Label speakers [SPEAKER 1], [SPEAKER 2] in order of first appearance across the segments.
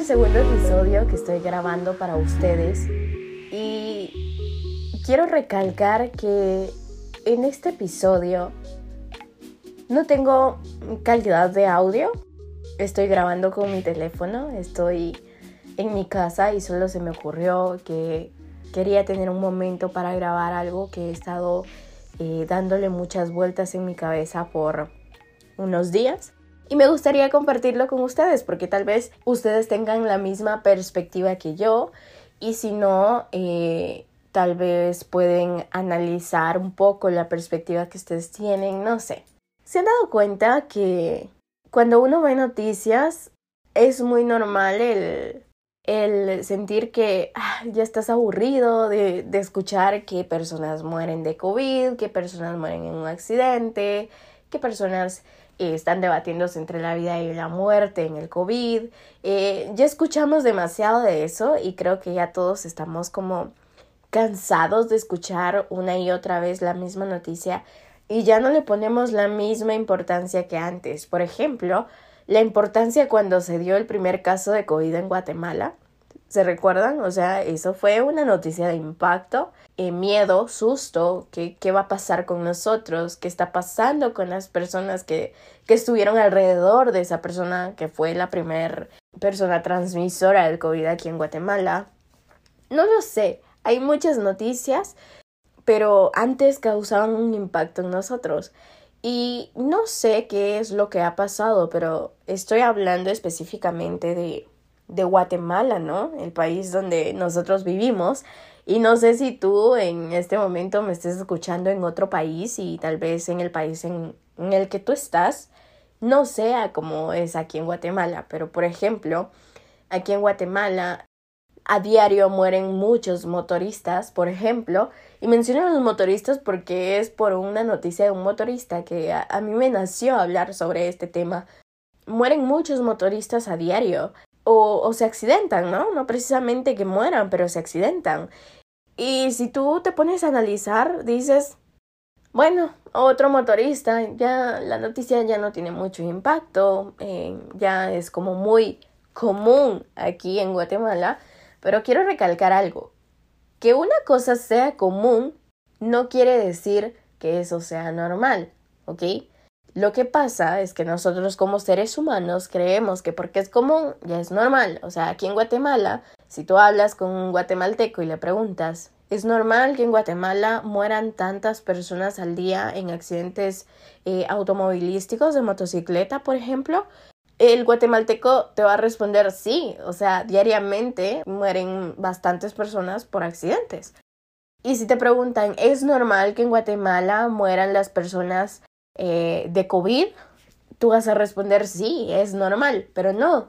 [SPEAKER 1] el segundo episodio que estoy grabando para ustedes y quiero recalcar que en este episodio no tengo calidad de audio. Estoy grabando con mi teléfono, estoy en mi casa y solo se me ocurrió que quería tener un momento para grabar algo que he estado dándole muchas vueltas en mi cabeza por unos días. Y me gustaría compartirlo con ustedes porque tal vez ustedes tengan la misma perspectiva que yo y si no, tal vez pueden analizar un poco la perspectiva que ustedes tienen, no sé. ¿Se han dado cuenta que cuando uno ve noticias es muy normal el sentir que ya estás aburrido de escuchar que personas mueren de COVID, que personas mueren en un accidente, que personas están debatiéndose entre la vida y la muerte en el COVID? Ya escuchamos demasiado de eso y creo que ya todos estamos como cansados de escuchar una y otra vez la misma noticia y ya no le ponemos la misma importancia que antes. Por ejemplo, la importancia cuando se dio el primer caso de COVID en Guatemala. ¿Se recuerdan? O sea, eso fue una noticia de impacto, miedo, susto, ¿qué va a pasar con nosotros? ¿Qué está pasando con las personas que estuvieron alrededor de esa persona que fue la primera persona transmisora del COVID aquí en Guatemala? No lo sé, hay muchas noticias, pero antes causaban un impacto en nosotros. Y no sé qué es lo que ha pasado, pero estoy hablando específicamente de Guatemala, ¿no? El país donde nosotros vivimos. Y no sé si tú en este momento me estés escuchando en otro país y tal vez en el país en el que tú estás no sea como es aquí en Guatemala. Pero, por ejemplo, aquí en Guatemala a diario mueren muchos motoristas, por ejemplo. Y menciono a los motoristas porque es por una noticia de un motorista que a mí me nació hablar sobre este tema. Mueren muchos motoristas a diario. O se accidentan, ¿no? No precisamente que mueran, pero se accidentan. Y si tú te pones a analizar, dices, bueno, otro motorista, ya la noticia ya no tiene mucho impacto, ya es como muy común aquí en Guatemala, pero quiero recalcar algo, que una cosa sea común no quiere decir que eso sea normal, ¿ok? Lo que pasa es que nosotros como seres humanos creemos que porque es común ya es normal. O sea, aquí en Guatemala, si tú hablas con un guatemalteco y le preguntas, ¿es normal que en Guatemala mueran tantas personas al día en accidentes automovilísticos de motocicleta, por ejemplo? El guatemalteco te va a responder sí. O sea, diariamente mueren bastantes personas por accidentes. Y si te preguntan, ¿es normal que en Guatemala mueran las personas de COVID? Tú vas a responder sí, es normal, pero no,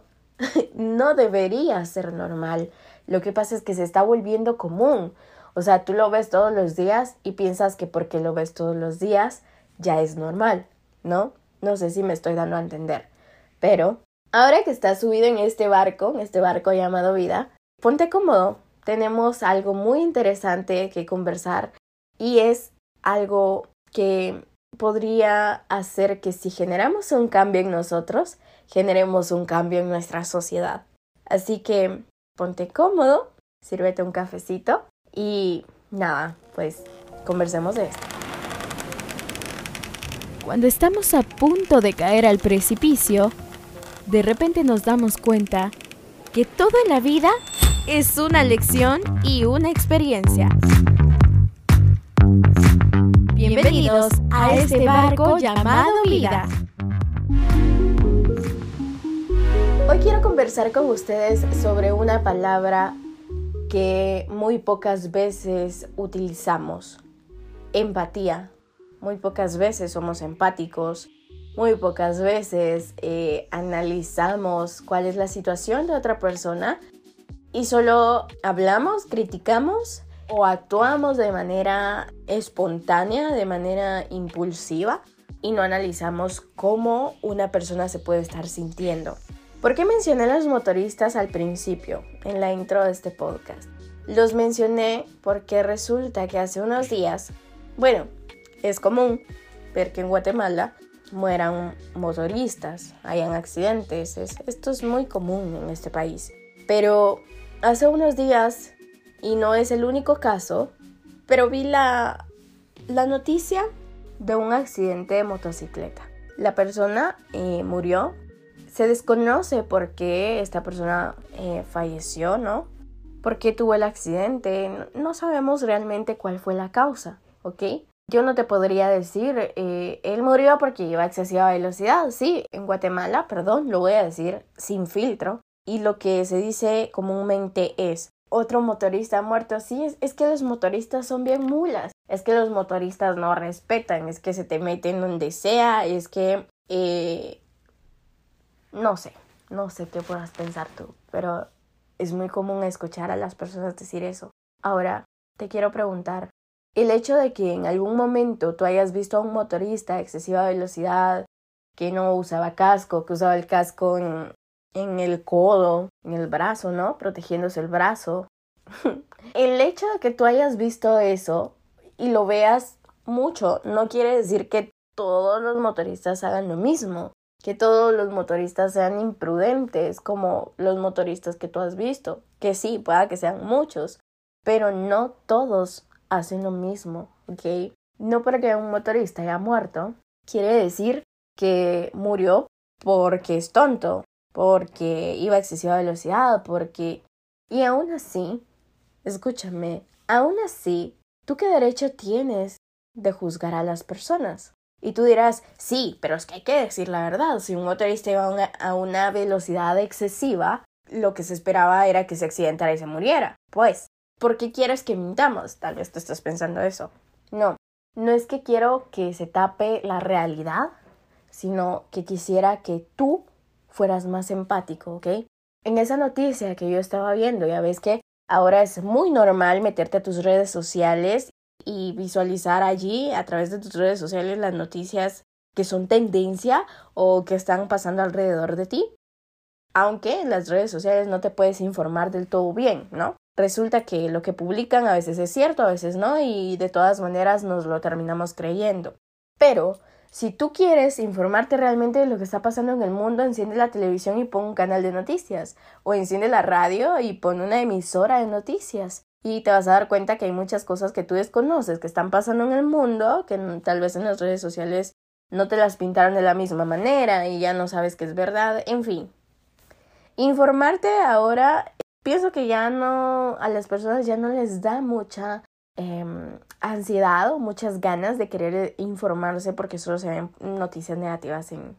[SPEAKER 1] no debería ser normal. Lo que pasa es que se está volviendo común. O sea, tú lo ves todos los días y piensas que porque lo ves todos los días ya es normal, ¿no? No sé si me estoy dando a entender. Pero ahora que estás subido en este barco llamado vida, ponte cómodo. Tenemos algo muy interesante que conversar y es algo que podría hacer que si generamos un cambio en nosotros, generemos un cambio en nuestra sociedad. Así que ponte cómodo, sírvete un cafecito y nada, pues conversemos de esto.
[SPEAKER 2] Cuando estamos a punto de caer al precipicio, de repente nos damos cuenta que todo en la vida es una lección y una experiencia. Bienvenidos a este barco llamado vida.
[SPEAKER 1] Hoy quiero conversar con ustedes sobre una palabra que muy pocas veces utilizamos. Empatía. Muy pocas veces somos empáticos. Muy pocas veces analizamos cuál es la situación de otra persona y solo hablamos, criticamos o actuamos de manera espontánea, de manera impulsiva y no analizamos cómo una persona se puede estar sintiendo. ¿Por qué mencioné a los motoristas al principio, en la intro de este podcast? Los mencioné porque resulta que hace unos días, bueno, es común ver que en Guatemala mueran motoristas, hayan accidentes. Esto es muy común en este país. Pero hace unos días, y no es el único caso, pero vi la noticia de un accidente de motocicleta. La persona murió. Se desconoce por qué esta persona falleció, ¿no? ¿Por qué tuvo el accidente? No sabemos realmente cuál fue la causa, ¿ok? Yo no te podría decir, él murió porque iba a excesiva velocidad. Sí, en Guatemala, lo voy a decir sin filtro. Y lo que se dice comúnmente es, otro motorista muerto. Sí, es que los motoristas son bien mulas. Es que los motoristas no respetan. Es que se te meten donde sea. Es que, no sé qué puedas pensar tú. Pero es muy común escuchar a las personas decir eso. Ahora, te quiero preguntar. El hecho de que en algún momento tú hayas visto a un motorista a excesiva velocidad, que no usaba casco, que usaba el casco en el codo, en el brazo, ¿no? Protegiéndose el brazo. El hecho de que tú hayas visto eso y lo veas mucho no quiere decir que todos los motoristas hagan lo mismo, que todos los motoristas sean imprudentes como los motoristas que tú has visto, que sí, pueda que sean muchos, pero no todos hacen lo mismo, ¿ok? No porque un motorista haya muerto quiere decir que murió porque es tonto, porque iba a excesiva velocidad, porque... Y aún así, escúchame, aún así, ¿tú qué derecho tienes de juzgar a las personas? Y tú dirás, sí, pero es que hay que decir la verdad. Si un motorista iba a una velocidad excesiva, lo que se esperaba era que se accidentara y se muriera. Pues, ¿por qué quieres que mintamos? Tal vez tú estás pensando eso. No es que quiero que se tape la realidad, sino que quisiera que tú fueras más empático, ¿ok? En esa noticia que yo estaba viendo, ya ves que ahora es muy normal meterte a tus redes sociales y visualizar allí a través de tus redes sociales las noticias que son tendencia o que están pasando alrededor de ti. Aunque en las redes sociales no te puedes informar del todo bien, ¿no? Resulta que lo que publican a veces es cierto, a veces no, y de todas maneras nos lo terminamos creyendo. Pero si tú quieres informarte realmente de lo que está pasando en el mundo, enciende la televisión y pon un canal de noticias. O enciende la radio y pon una emisora de noticias. Y te vas a dar cuenta que hay muchas cosas que tú desconoces, que están pasando en el mundo, que tal vez en las redes sociales no te las pintaron de la misma manera y ya no sabes que es verdad. En fin, informarte ahora, pienso que ya no, a las personas ya no les da mucha ansiedad o muchas ganas de querer informarse porque solo se ven noticias negativas en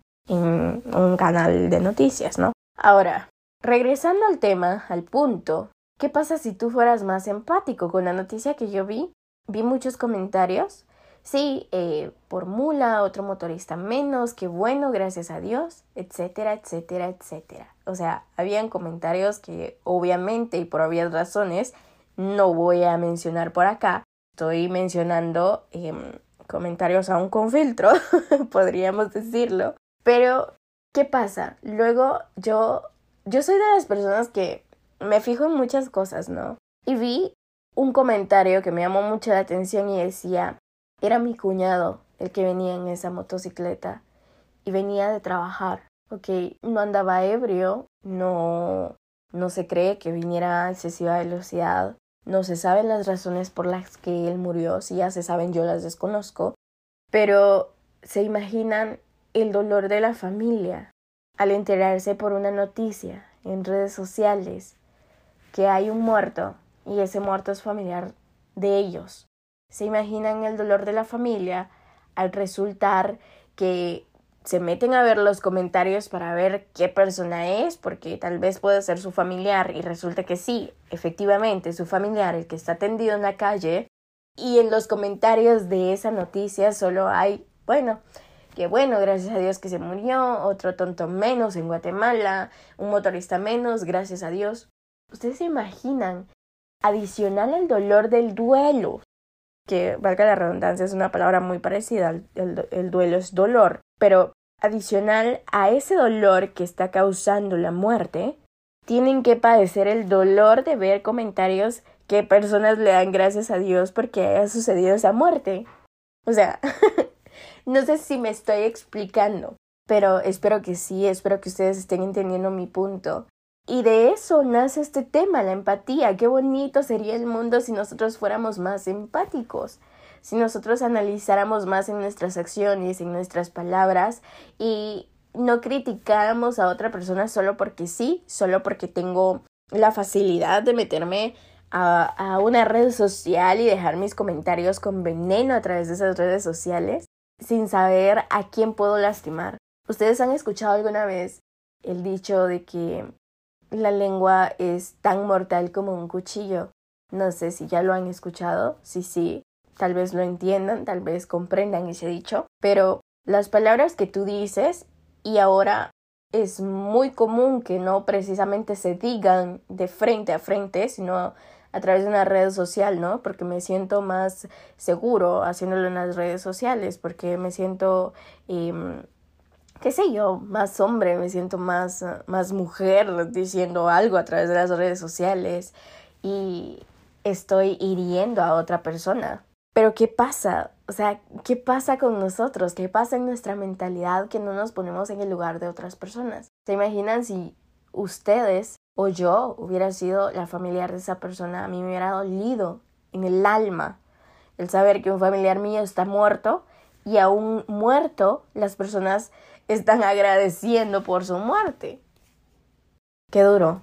[SPEAKER 1] un canal de noticias, ¿no? Ahora, regresando al tema, al punto, ¿qué pasa si tú fueras más empático? Con la noticia que yo vi muchos comentarios. Sí, por mula, otro motorista menos, qué bueno, gracias a Dios, etcétera, etcétera, etcétera. O sea, habían comentarios que obviamente y por obvias razones no voy a mencionar por acá. Estoy mencionando comentarios aún con filtro, podríamos decirlo. Pero, ¿qué pasa? Luego yo soy de las personas que me fijo en muchas cosas, ¿no? Y vi un comentario que me llamó mucho la atención y decía, era mi cuñado el que venía en esa motocicleta y venía de trabajar, ¿ok? No andaba ebrio, no se cree que viniera a excesiva velocidad. No se saben las razones por las que él murió, si ya se saben yo las desconozco, pero se imaginan el dolor de la familia al enterarse por una noticia en redes sociales que hay un muerto y ese muerto es familiar de ellos. Se imaginan el dolor de la familia al resultar que se meten a ver los comentarios para ver qué persona es, porque tal vez puede ser su familiar y resulta que sí, efectivamente, su familiar, el que está tendido en la calle, y en los comentarios de esa noticia solo hay, qué bueno, gracias a Dios que se murió, otro tonto menos en Guatemala, un motorista menos, gracias a Dios. ¿Ustedes se imaginan? Adicional al dolor del duelo, que valga la redundancia es una palabra muy parecida, el duelo es dolor, pero adicional a ese dolor que está causando la muerte, tienen que padecer el dolor de ver comentarios que personas le dan gracias a Dios porque haya sucedido esa muerte. O sea, no sé si me estoy explicando, pero espero que sí, espero que ustedes estén entendiendo mi punto. Y de eso nace este tema, la empatía. Qué bonito sería el mundo si nosotros fuéramos más empáticos, si nosotros analizáramos más en nuestras acciones, en nuestras palabras y no criticáramos a otra persona solo porque sí, solo porque tengo la facilidad de meterme a una red social y dejar mis comentarios con veneno a través de esas redes sociales sin saber a quién puedo lastimar. ¿Ustedes han escuchado alguna vez el dicho de que la lengua es tan mortal como un cuchillo? No sé si ya lo han escuchado. Sí, tal vez lo entiendan, tal vez comprendan ese dicho. Pero las palabras que tú dices, y ahora es muy común que no precisamente se digan de frente a frente, sino a través de una red social, ¿no? Porque me siento más seguro haciéndolo en las redes sociales, porque me siento qué sé yo, más hombre, me siento más mujer diciendo algo a través de las redes sociales y estoy hiriendo a otra persona. Pero ¿qué pasa? O sea, ¿qué pasa con nosotros? ¿Qué pasa en nuestra mentalidad que no nos ponemos en el lugar de otras personas? ¿Se imaginan si ustedes o yo hubiera sido la familiar de esa persona? A mí me hubiera dolido en el alma el saber que un familiar mío está muerto y aún muerto las personas están agradeciendo por su muerte. Qué duro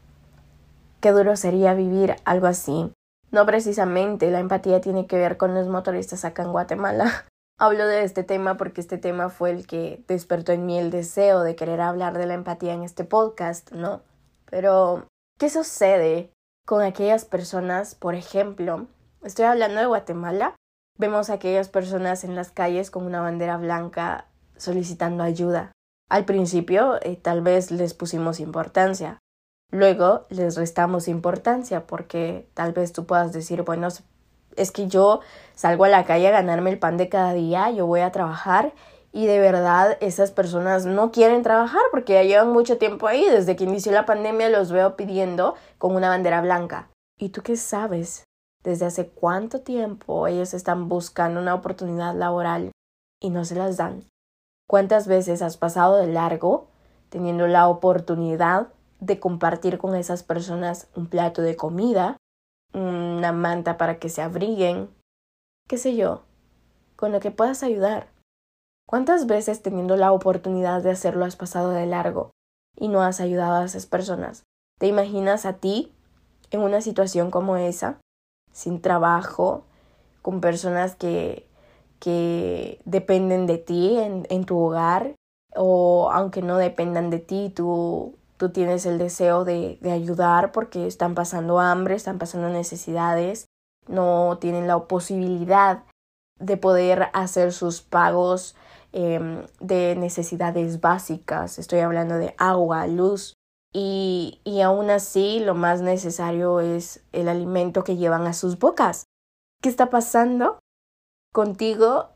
[SPEAKER 1] sería vivir algo así. No precisamente la empatía tiene que ver con los motoristas acá en Guatemala. Hablo de este tema porque este tema fue el que despertó en mí el deseo de querer hablar de la empatía en este podcast, ¿no? Pero, ¿qué sucede con aquellas personas, por ejemplo? Estoy hablando de Guatemala. Vemos a aquellas personas en las calles con una bandera blanca solicitando ayuda. Al principio tal vez les pusimos importancia. Luego les restamos importancia porque tal vez tú puedas decir, bueno, es que yo salgo a la calle a ganarme el pan de cada día, yo voy a trabajar y de verdad esas personas no quieren trabajar porque ya llevan mucho tiempo ahí. Desde que inició la pandemia los veo pidiendo con una bandera blanca. ¿Y tú qué sabes? ¿Desde hace cuánto tiempo ellos están buscando una oportunidad laboral y no se las dan? ¿Cuántas veces has pasado de largo teniendo la oportunidad de compartir con esas personas un plato de comida, una manta para que se abriguen, qué sé yo, con lo que puedas ayudar? ¿Cuántas veces teniendo la oportunidad de hacerlo has pasado de largo y no has ayudado a esas personas? ¿Te imaginas a ti en una situación como esa, sin trabajo, con personas que dependen de ti en tu hogar, o aunque no dependan de ti, tú tienes el deseo de ayudar porque están pasando hambre, están pasando necesidades, no tienen la posibilidad de poder hacer sus pagos de necesidades básicas? Estoy hablando de agua, luz, y aún así lo más necesario es el alimento que llevan a sus bocas. ¿Qué está pasando contigo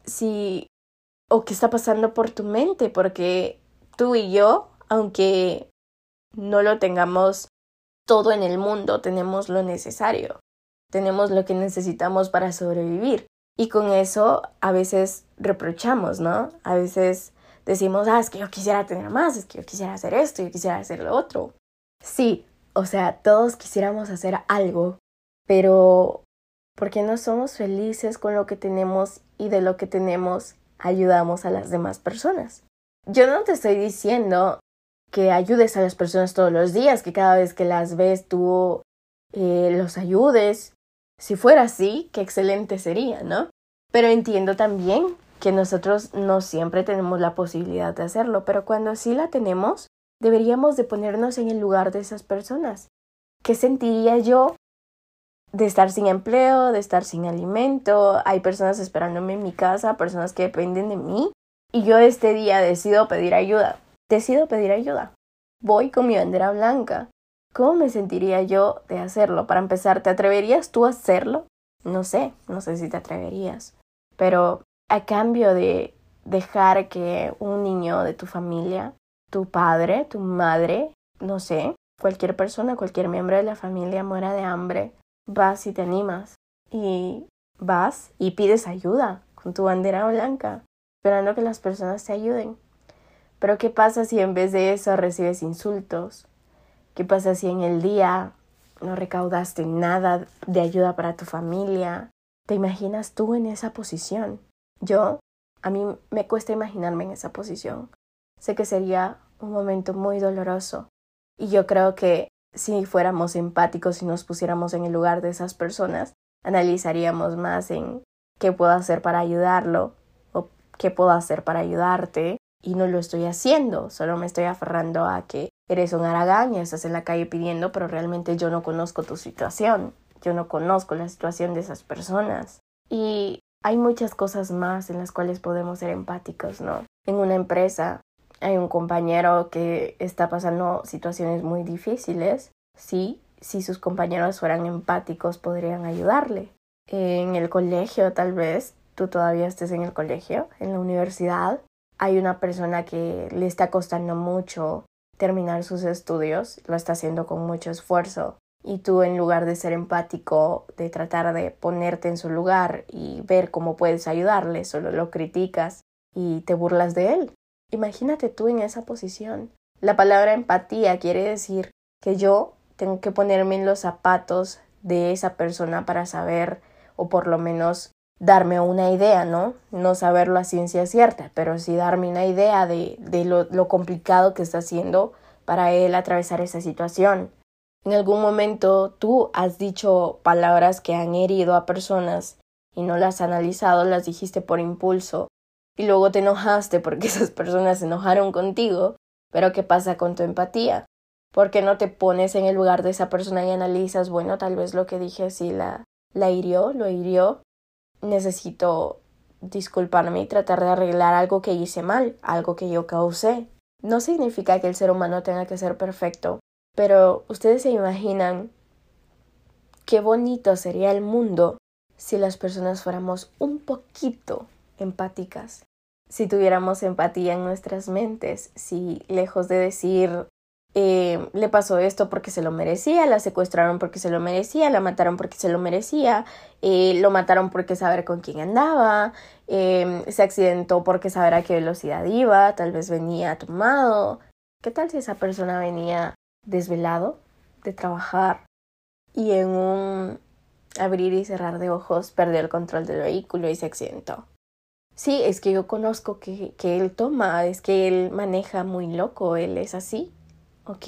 [SPEAKER 1] o qué está pasando por tu mente? Porque tú y yo, aunque no lo tengamos todo en el mundo, tenemos lo necesario, tenemos lo que necesitamos para sobrevivir. Y con eso a veces reprochamos, ¿no? A veces decimos, es que yo quisiera tener más, es que yo quisiera hacer esto, yo quisiera hacer lo otro. Sí, o sea, todos quisiéramos hacer algo, pero ¿por qué no somos felices con lo que tenemos y de lo que tenemos ayudamos a las demás personas? Yo no te estoy diciendo que ayudes a las personas todos los días, que cada vez que las ves tú los ayudes. Si fuera así, qué excelente sería, ¿no? Pero entiendo también que nosotros no siempre tenemos la posibilidad de hacerlo, pero cuando sí la tenemos, deberíamos de ponernos en el lugar de esas personas. ¿Qué sentiría yo de estar sin empleo, de estar sin alimento? Hay personas esperándome en mi casa, personas que dependen de mí, y yo este día decido pedir ayuda. Voy con mi bandera blanca. ¿Cómo me sentiría yo de hacerlo? Para empezar, ¿te atreverías tú a hacerlo? No sé si te atreverías. Pero a cambio de dejar que un niño de tu familia, tu padre, tu madre, no sé, cualquier persona, cualquier miembro de la familia muera de hambre, vas y te animas. Y vas y pides ayuda con tu bandera blanca, esperando que las personas te ayuden. Pero ¿qué pasa si en vez de eso recibes insultos? ¿Qué pasa si en el día no recaudaste nada de ayuda para tu familia? ¿Te imaginas tú en esa posición? A mí me cuesta imaginarme en esa posición. Sé que sería un momento muy doloroso. Y yo creo que si fuéramos empáticos y nos pusiéramos en el lugar de esas personas, analizaríamos más en qué puedo hacer para ayudarlo o qué puedo hacer para ayudarte. Y no lo estoy haciendo, solo me estoy aferrando a que eres un haragán y estás en la calle pidiendo, pero realmente yo no conozco tu situación. Yo no conozco la situación de esas personas. Y hay muchas cosas más en las cuales podemos ser empáticos, ¿no? En una empresa hay un compañero que está pasando situaciones muy difíciles. Sí, si sus compañeros fueran empáticos podrían ayudarle. En el colegio, tal vez, tú todavía estés en el colegio, en la universidad, hay una persona que le está costando mucho terminar sus estudios, lo está haciendo con mucho esfuerzo. Y tú, en lugar de ser empático, de tratar de ponerte en su lugar y ver cómo puedes ayudarle, solo lo criticas y te burlas de él. Imagínate tú en esa posición. La palabra empatía quiere decir que yo tengo que ponerme en los zapatos de esa persona para saber, o por lo menos darme una idea, ¿no? No saberlo a ciencia cierta, pero sí darme una idea de lo complicado que está haciendo para él atravesar esa situación. En algún momento tú has dicho palabras que han herido a personas y no las has analizado, las dijiste por impulso y luego te enojaste porque esas personas se enojaron contigo. Pero ¿qué pasa con tu empatía? ¿Por qué no te pones en el lugar de esa persona y analizas, bueno, tal vez lo que dije sí la hirió, lo hirió? Necesito disculparme y tratar de arreglar algo que hice mal, algo que yo causé. No significa que el ser humano tenga que ser perfecto, pero ustedes se imaginan qué bonito sería el mundo si las personas fuéramos un poquito empáticas, si tuviéramos empatía en nuestras mentes, si lejos de decir le pasó esto porque se lo merecía, la secuestraron porque se lo merecía, la mataron porque se lo merecía, lo mataron porque saber con quién andaba, se accidentó porque saber a qué velocidad iba, tal vez venía tomado. ¿Qué tal si esa persona venía desvelado de trabajar y en un abrir y cerrar de ojos perdió el control del vehículo y se accidentó? Sí, es que yo conozco que él toma, es que él maneja muy loco, él es así. Ok,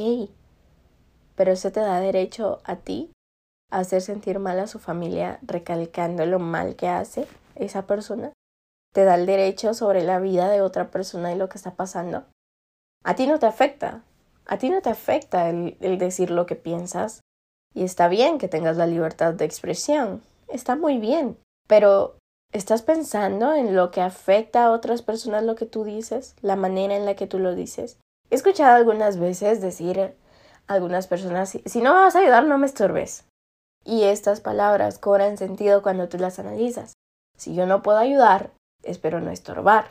[SPEAKER 1] pero eso te da derecho a ti a hacer sentir mal a su familia recalcando lo mal que hace esa persona. Te da el derecho sobre la vida de otra persona y lo que está pasando. A ti no te afecta. A ti no te afecta el decir lo que piensas. Y está bien que tengas la libertad de expresión. Está muy bien. Pero ¿estás pensando en lo que afecta a otras personas lo que tú dices? La manera en la que tú lo dices. He escuchado algunas veces decir a algunas personas, si no me vas a ayudar, no me estorbes. Y estas palabras cobran sentido cuando tú las analizas. Si yo no puedo ayudar, espero no estorbar.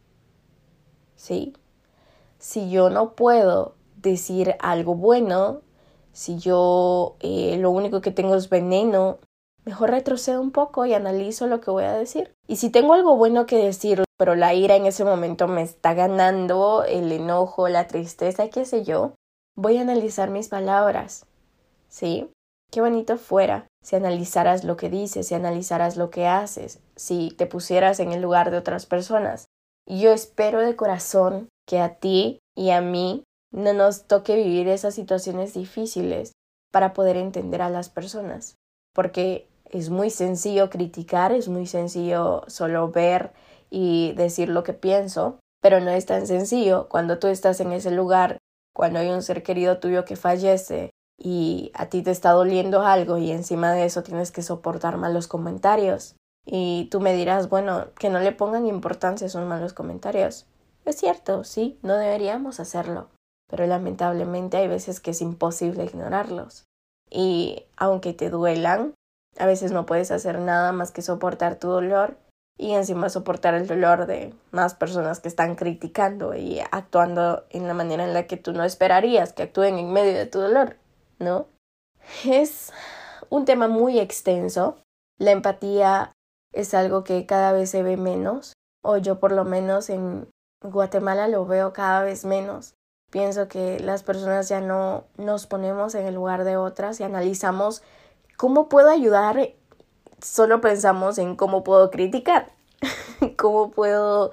[SPEAKER 1] ¿Sí? Si yo no puedo decir algo bueno, si yo lo único que tengo es veneno, mejor retrocedo un poco y analizo lo que voy a decir. Y si tengo algo bueno que decir, pero la ira en ese momento me está ganando, el enojo, la tristeza, qué sé yo, voy a analizar mis palabras. ¿Sí? Qué bonito fuera si analizaras lo que dices, si analizaras lo que haces, si te pusieras en el lugar de otras personas. Y yo espero de corazón que a ti y a mí no nos toque vivir esas situaciones difíciles para poder entender a las personas. Porque es muy sencillo criticar, es muy sencillo solo ver y decir lo que pienso, pero no es tan sencillo cuando tú estás en ese lugar, cuando hay un ser querido tuyo que fallece y a ti te está doliendo algo y encima de eso tienes que soportar malos comentarios. Y tú me dirás, bueno, que no le pongan importancia a esos malos comentarios. Es cierto, sí, no deberíamos hacerlo, pero lamentablemente hay veces que es imposible ignorarlos. Y aunque te duelan, a veces no puedes hacer nada más que soportar tu dolor y encima soportar el dolor de más personas que están criticando y actuando en la manera en la que tú no esperarías que actúen en medio de tu dolor, ¿no? Es un tema muy extenso. La empatía es algo que cada vez se ve menos, o yo por lo menos en Guatemala lo veo cada vez menos. Pienso que las personas ya no nos ponemos en el lugar de otras y analizamos cómo puedo ayudar. Solo pensamos en cómo puedo criticar, cómo puedo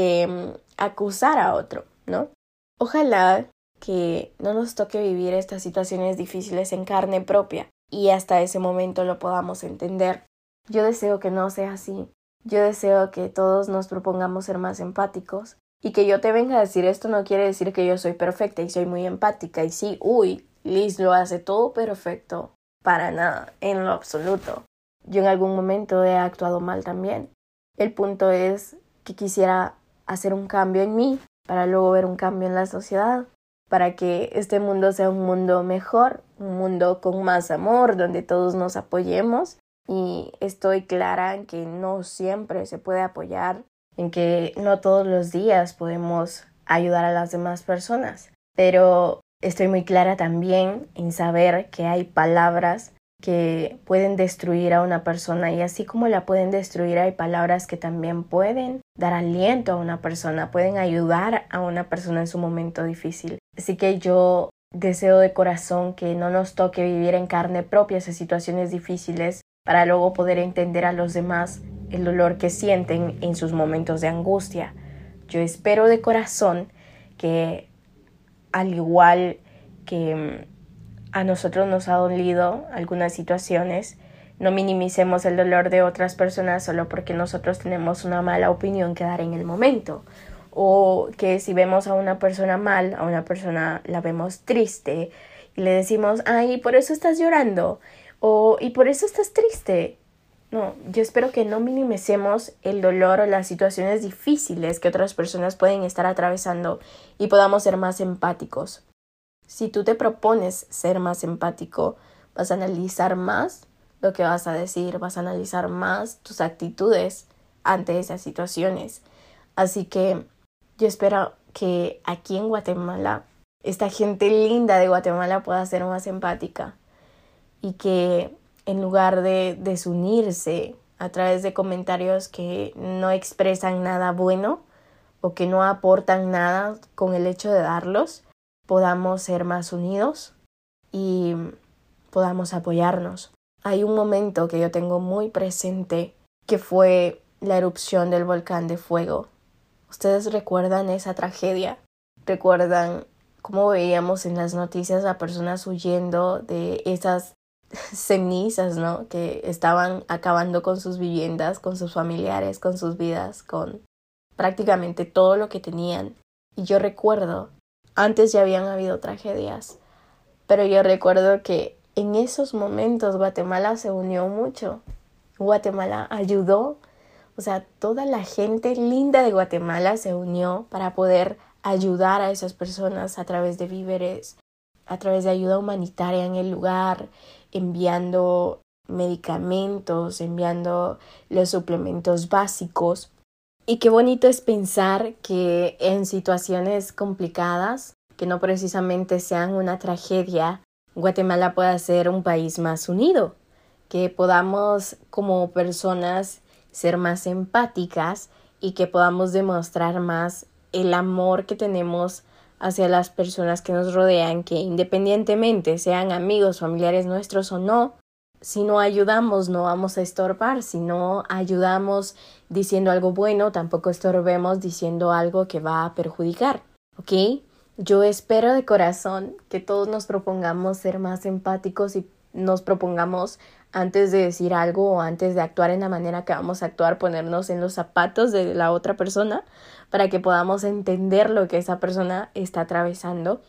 [SPEAKER 1] acusar a otro, ¿no? Ojalá que no nos toque vivir estas situaciones difíciles en carne propia y hasta ese momento lo podamos entender. Yo deseo que no sea así. Yo deseo que todos nos propongamos ser más empáticos y que yo te venga a decir esto no quiere decir que yo soy perfecta y soy muy empática y sí, Liz lo hace todo perfecto. Para nada, en lo absoluto. Yo en algún momento he actuado mal también. El punto es que quisiera hacer un cambio en mí para luego ver un cambio en la sociedad, para que este mundo sea un mundo mejor, un mundo con más amor, donde todos nos apoyemos. Y estoy clara en que no siempre se puede apoyar, en que no todos los días podemos ayudar a las demás personas. Pero estoy muy clara también en saber que hay palabras que pueden destruir a una persona y así como la pueden destruir hay palabras que también pueden dar aliento a una persona, pueden ayudar a una persona en su momento difícil. Así que yo deseo de corazón que no nos toque vivir en carne propia esas situaciones difíciles para luego poder entender a los demás el dolor que sienten en sus momentos de angustia. Yo espero de corazón que al igual que a nosotros nos ha dolido algunas situaciones, no minimicemos el dolor de otras personas solo porque nosotros tenemos una mala opinión que dar en el momento. O que si vemos a una persona mal, a una persona la vemos triste y le decimos, ay, por eso estás llorando, o y por eso estás triste. No, yo espero que no minimicemos el dolor o las situaciones difíciles que otras personas pueden estar atravesando y podamos ser más empáticos. Si tú te propones ser más empático, vas a analizar más lo que vas a decir, vas a analizar más tus actitudes ante esas situaciones. Así que yo espero que aquí en Guatemala, esta gente linda de Guatemala pueda ser más empática y que en lugar de desunirse a través de comentarios que no expresan nada bueno o que no aportan nada con el hecho de darlos, podamos ser más unidos y podamos apoyarnos. Hay un momento que yo tengo muy presente que fue la erupción del volcán de fuego. ¿Ustedes recuerdan esa tragedia? ¿Recuerdan cómo veíamos en las noticias a personas huyendo de esas cenizas, ¿no? Que estaban acabando con sus viviendas, con sus familiares, con sus vidas, con prácticamente todo lo que tenían. Y yo recuerdo, antes ya habían habido tragedias, pero yo recuerdo que en esos momentos Guatemala se unió mucho. Guatemala ayudó, o sea, toda la gente linda de Guatemala se unió para poder ayudar a esas personas a través de víveres, a través de ayuda humanitaria en el lugar, enviando medicamentos, enviando los suplementos básicos. Y qué bonito es pensar que en situaciones complicadas, que no precisamente sean una tragedia, Guatemala pueda ser un país más unido, que podamos como personas ser más empáticas y que podamos demostrar más el amor que tenemos hacia las personas que nos rodean, que independientemente sean amigos, familiares nuestros o no, si no ayudamos no vamos a estorbar, si no ayudamos diciendo algo bueno, tampoco estorbemos diciendo algo que va a perjudicar, ¿ok? Yo espero de corazón que todos nos propongamos ser más empáticos y nos propongamos antes de decir algo o antes de actuar en la manera que vamos a actuar, ponernos en los zapatos de la otra persona para que podamos entender lo que esa persona está atravesando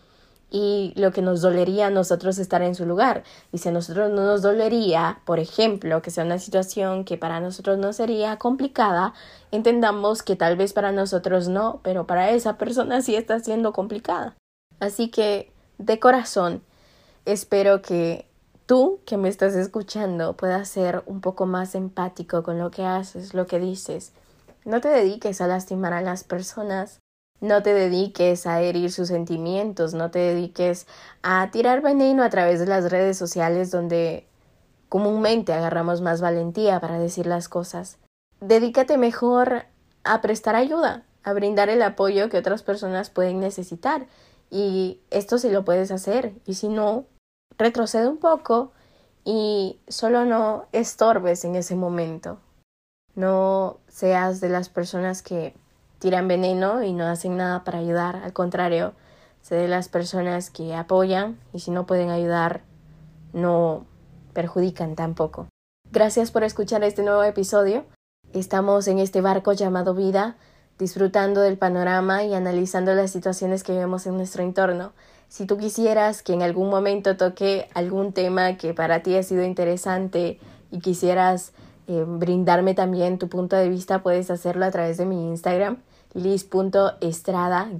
[SPEAKER 1] y lo que nos dolería a nosotros estar en su lugar. Y si a nosotros no nos dolería, por ejemplo, que sea una situación que para nosotros no sería complicada, entendamos que tal vez para nosotros no, pero para esa persona sí está siendo complicada. Así que, de corazón, espero que tú que me estás escuchando puedas ser un poco más empático con lo que haces, lo que dices. No te dediques a lastimar a las personas. No te dediques a herir sus sentimientos, no te dediques a tirar veneno a través de las redes sociales donde comúnmente agarramos más valentía para decir las cosas. Dedícate mejor a prestar ayuda, a brindar el apoyo que otras personas pueden necesitar Y esto sí lo puedes hacer. Y si no, retrocede un poco y solo no estorbes en ese momento. No seas de las personas que tiran veneno y no hacen nada para ayudar. Al contrario, sé de las personas que apoyan y si no pueden ayudar, no perjudican tampoco. Gracias por escuchar este nuevo episodio. Estamos en este barco llamado vida, disfrutando del panorama y analizando las situaciones que vemos en nuestro entorno. Si tú quisieras que en algún momento toque algún tema que para ti ha sido interesante y quisieras brindarme también tu punto de vista, puedes hacerlo a través de mi Instagram, liz.estrada_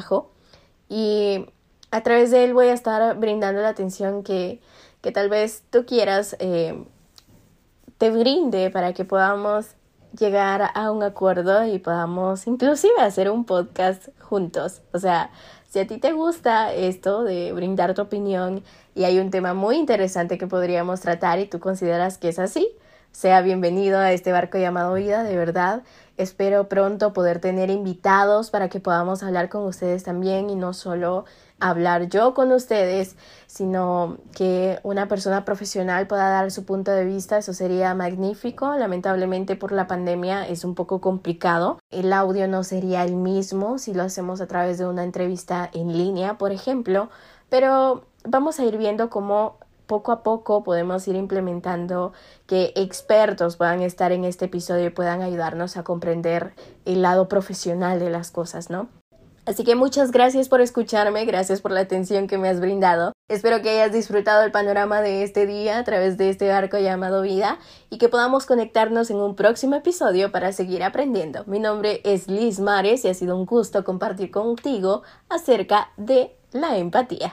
[SPEAKER 1] y a través de él voy a estar brindando la atención que tal vez tú quieras te brinde para que podamos llegar a un acuerdo y podamos inclusive hacer un podcast juntos. O sea, si a ti te gusta esto de brindar tu opinión y hay un tema muy interesante que podríamos tratar y tú consideras que es así, sea bienvenido a este barco llamado vida, de verdad. Espero pronto poder tener invitados para que podamos hablar con ustedes también y no solo hablar yo con ustedes, sino que una persona profesional pueda dar su punto de vista. Eso sería magnífico. Lamentablemente por la pandemia es un poco complicado. El audio no sería el mismo si lo hacemos a través de una entrevista en línea, por ejemplo, pero vamos a ir viendo cómo poco a poco podemos ir implementando que expertos puedan estar en este episodio y puedan ayudarnos a comprender el lado profesional de las cosas, ¿no? Así que muchas gracias por escucharme, gracias por la atención que me has brindado. Espero que hayas disfrutado el panorama de este día a través de este barco llamado vida y que podamos conectarnos en un próximo episodio para seguir aprendiendo. Mi nombre es Liz Mares y ha sido un gusto compartir contigo acerca de la empatía.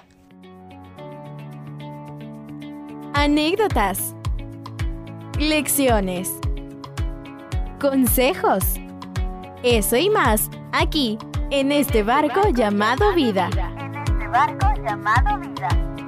[SPEAKER 2] Anécdotas, lecciones, consejos, eso y más aquí en este barco llamado vida.
[SPEAKER 3] En este barco llamado vida.